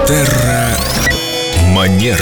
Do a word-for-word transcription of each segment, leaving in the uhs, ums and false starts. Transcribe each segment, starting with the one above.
Терра Манера.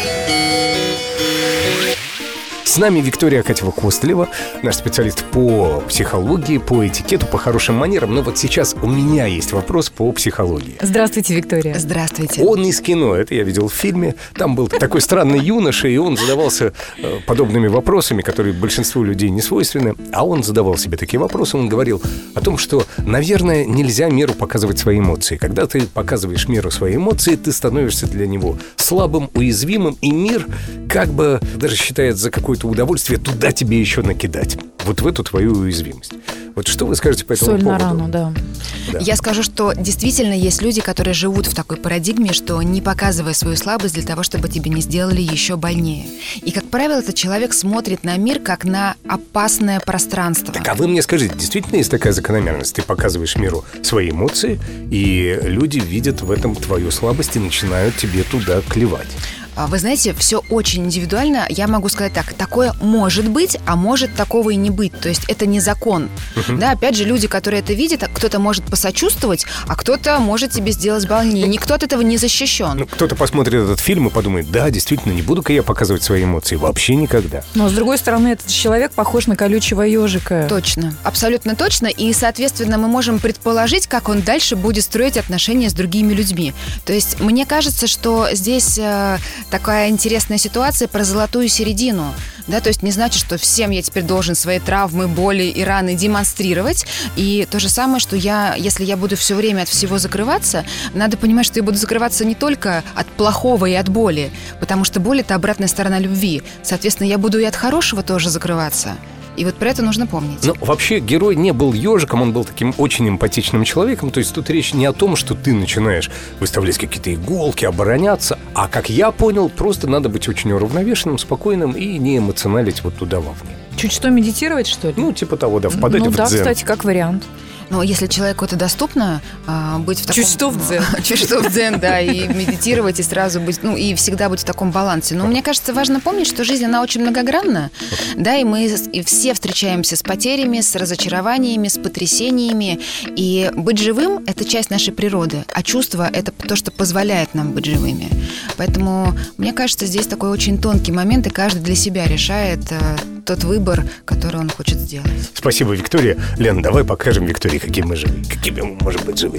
С нами Виктория Акатьева-Костылева, наш специалист по психологии, по этикету, по хорошим манерам. Но вот сейчас у меня есть вопрос по психологии. Здравствуйте, Виктория. Здравствуйте. Он из кино, это я видел в фильме. Там был такой странный юноша, и он задавался э, подобными вопросами, которые большинству людей не свойственны. А он задавал себе такие вопросы. Он говорил о том, что, наверное, нельзя миру показывать свои эмоции. Когда ты показываешь миру свои эмоции, ты становишься для него слабым, уязвимым, и мир как бы даже считает за какое-то удовольствие туда тебе еще накидать. Вот в эту твою уязвимость. Вот что вы скажете по этому Соль поводу? на рану, да. Да. Я скажу, что действительно есть люди, которые живут в такой парадигме, что не показывая свою слабость для того, чтобы тебе не сделали еще больнее. И, как правило, этот человек смотрит на мир как на опасное пространство. Так, а вы мне скажите, действительно есть такая закономерность? Ты показываешь миру свои эмоции, и люди видят в этом твою слабость и начинают тебе туда клевать. Вы знаете, все очень индивидуально. Я могу сказать так, такое может быть, а может такого и не быть. То есть это не закон. Uh-huh. Да, опять же, люди, которые это видят, кто-то может посочувствовать, а кто-то может тебе сделать больнее. Никто от этого не защищен. Ну, кто-то посмотрит этот фильм и подумает, да, действительно, не буду-ка я показывать свои эмоции. Вообще никогда. Но, с другой стороны, этот человек похож на колючего ежика. Точно, абсолютно точно. И, соответственно, мы можем предположить, как он дальше будет строить отношения с другими людьми. То есть мне кажется, что здесь э, такая интересная ситуация про золотую середину. Да, то есть не значит, что всем я теперь должен свои травмы, боли и раны демонстрировать. И то же самое, что я, если я буду все время от всего закрываться, надо понимать, что я буду закрываться не только от плохого и от боли, потому что боль – это обратная сторона любви. Соответственно, я буду и от хорошего тоже закрываться. И вот про это нужно помнить. Ну, вообще, герой не был ежиком, он был таким очень эмпатичным человеком. То есть тут речь не о том, что ты начинаешь выставлять какие-то иголки, обороняться, а, как я понял, просто надо быть очень уравновешенным, спокойным и не эмоционалить вот туда вовне. Чуть что медитировать, что ли? Ну, типа того, да, впадать ну, в да, дзен. кстати, как вариант. Но если человеку это доступно, а, быть в таком... Чуть что в дзен. Чуть что в дзен, да, и медитировать, и сразу быть, ну, и всегда быть в таком балансе. Но мне кажется, важно помнить, что жизнь, она очень многогранна, да, и мы и все встречаемся с потерями, с разочарованиями, с потрясениями, и быть живым – это часть нашей природы, а чувство – это то, что позволяет нам быть живыми. Поэтому, мне кажется, здесь такой очень тонкий момент, и каждый для себя решает э, тот выбор, который он хочет сделать. Спасибо, Виктория. Лен, давай покажем Виктории, какие мы живые. Какими мы можем быть живыми.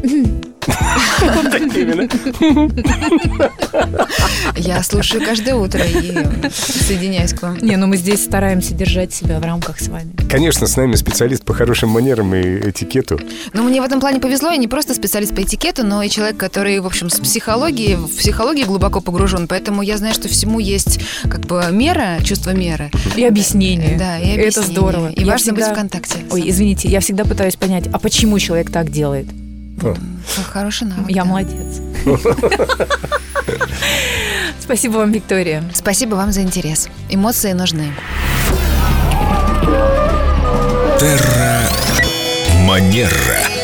Я слушаю каждое утро и соединяюсь к вам. Не, ну мы здесь стараемся держать себя в рамках с вами. Конечно, с нами специалист по хорошим манерам и этикету. Ну, мне в этом плане повезло. Я не просто специалист по этикету, но и человек, который, в общем, с психологией, в психологии глубоко погружен. Поэтому я знаю, что всему есть как бы мера, чувство меры. И объяснение. Да, и объяснение. Это здорово. И Я важно всегда... быть в контакте. Ой, извините, я всегда пытаюсь понять, а почему человек так делает? О. Хороший навык. Я да. молодец. Спасибо вам, Виктория. Спасибо вам за интерес. Эмоции нужны. Терра Манера.